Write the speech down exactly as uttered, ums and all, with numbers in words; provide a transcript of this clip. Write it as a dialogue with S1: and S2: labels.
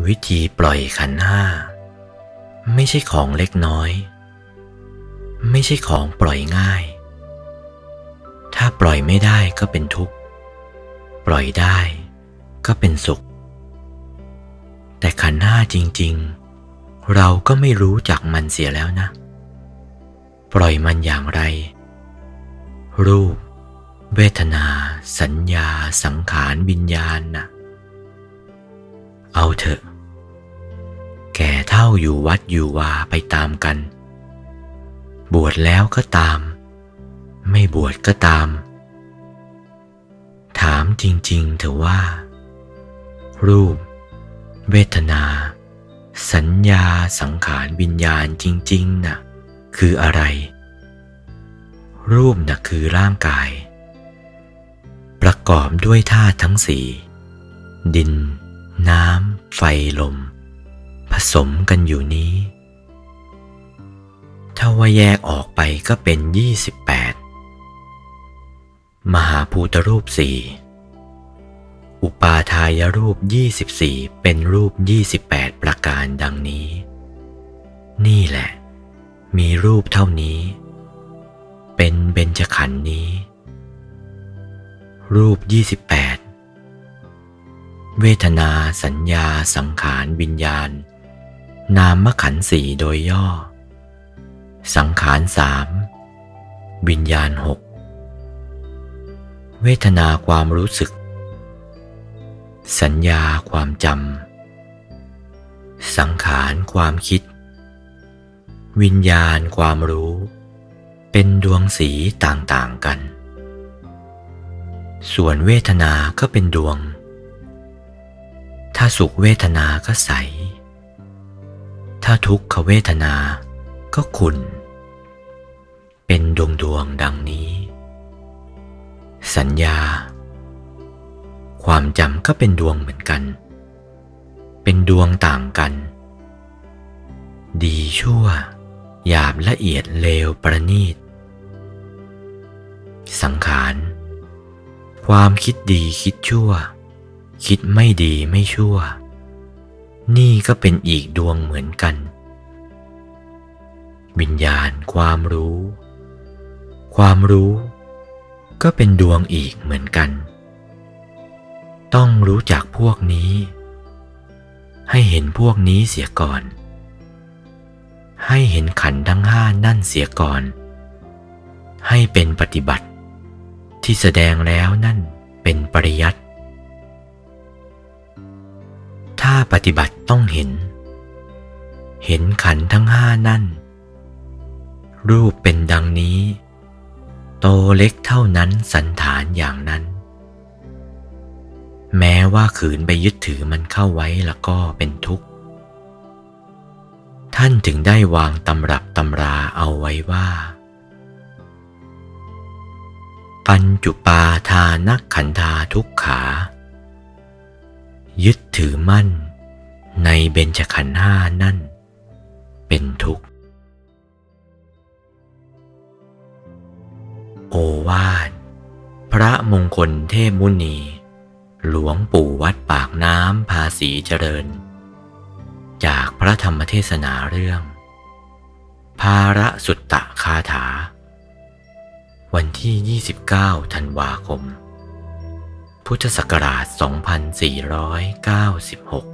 S1: วิธีปล่อยขันธ์ห้าไม่ใช่ของเล็กน้อยไม่ใช่ของปล่อยง่ายถ้าปล่อยไม่ได้ก็เป็นทุกข์ปล่อยได้ก็เป็นสุขแต่ขันธ์ห้าจริงๆเราก็ไม่รู้จักมันเสียแล้วนะปล่อยมันอย่างไรรูปเวทนาสัญญาสังขารวิญญาณน่ะเอาเถอะแก่เท่าอยู่วัดอยู่วาไปตามกันบวชแล้วก็ตามไม่บวชก็ตามถามจริงๆเถอะว่ารูปเวทนาสัญญาสังขารวิญญาณจริงๆน่ะคืออะไรรูปน่ะคือร่างกายประกอบด้วยธาตุทั้งสี่ดินน้ำไฟลมผสมกันอยู่นี้ถ้าว่าแยกออกไปก็เป็นยี่สิบแปดมหาภูตรูปสี่อุปาทายรูปยี่สิบสี่เป็นรูปยี่สิบแปดประการดังนี้นี่แหละมีรูปเท่านี้เป็นเบญจขันธ์นี้รูปยี่สิบแปดเวทนาสัญญาสังขารวิญญาณนามขันธ์สี่โดยย่อสังขารสามวิญญาณหกเวทนาความรู้สึกสัญญาความจำสังขารความคิดวิญญาณความรู้เป็นดวงสีต่างๆกันส่วนเวทนาก็เป็นดวงถ้าสุขเวทนาก็ใสถ้าทุกขเวทนาก็ขุ่นเป็นดวงดวงดังนี้สัญญาความจำก็เป็นดวงเหมือนกันเป็นดวงต่างกันดีชั่วหยาบละเอียดเลวประณีตสังขารความคิดดีคิดชั่วคิดไม่ดีไม่ชั่วนี่ก็เป็นอีกดวงเหมือนกันวิญญาณความรู้ความรู้ก็เป็นดวงอีกเหมือนกันต้องรู้จักพวกนี้ให้เห็นพวกนี้เสียก่อนให้เห็นขันธ์ทั้งห้านั่นเสียก่อนให้เป็นปฏิบัติที่แสดงแล้วนั่นเป็นปริยัติถ้าปฏิบัติต้องเห็นเห็นขันธ์ทั้งห้านั่นรูปเป็นดังนี้โตเล็กเท่านั้นสันฐานอย่างนั้นแม้ว่าขืนไปยึดถือมันเข้าไว้แล้วก็เป็นทุกข์ท่านถึงได้วางตำรับตำราเอาไว้ว่าปัญจุปาทานักขันธาทุกขายึดถือมั่นในเบญจขันธ์ห้านั่นเป็นทุกข์โอวาทพระมงคลเทพมุนีหลวงปู่วัดปากน้ำภาษีเจริญจากพระธรรมเทศนาเรื่องภาระสุตตะคาถาวันที่ยี่สิบเก้าธันวาคมพุทธศักราชสองพันสี่ร้อยเก้าสิบหก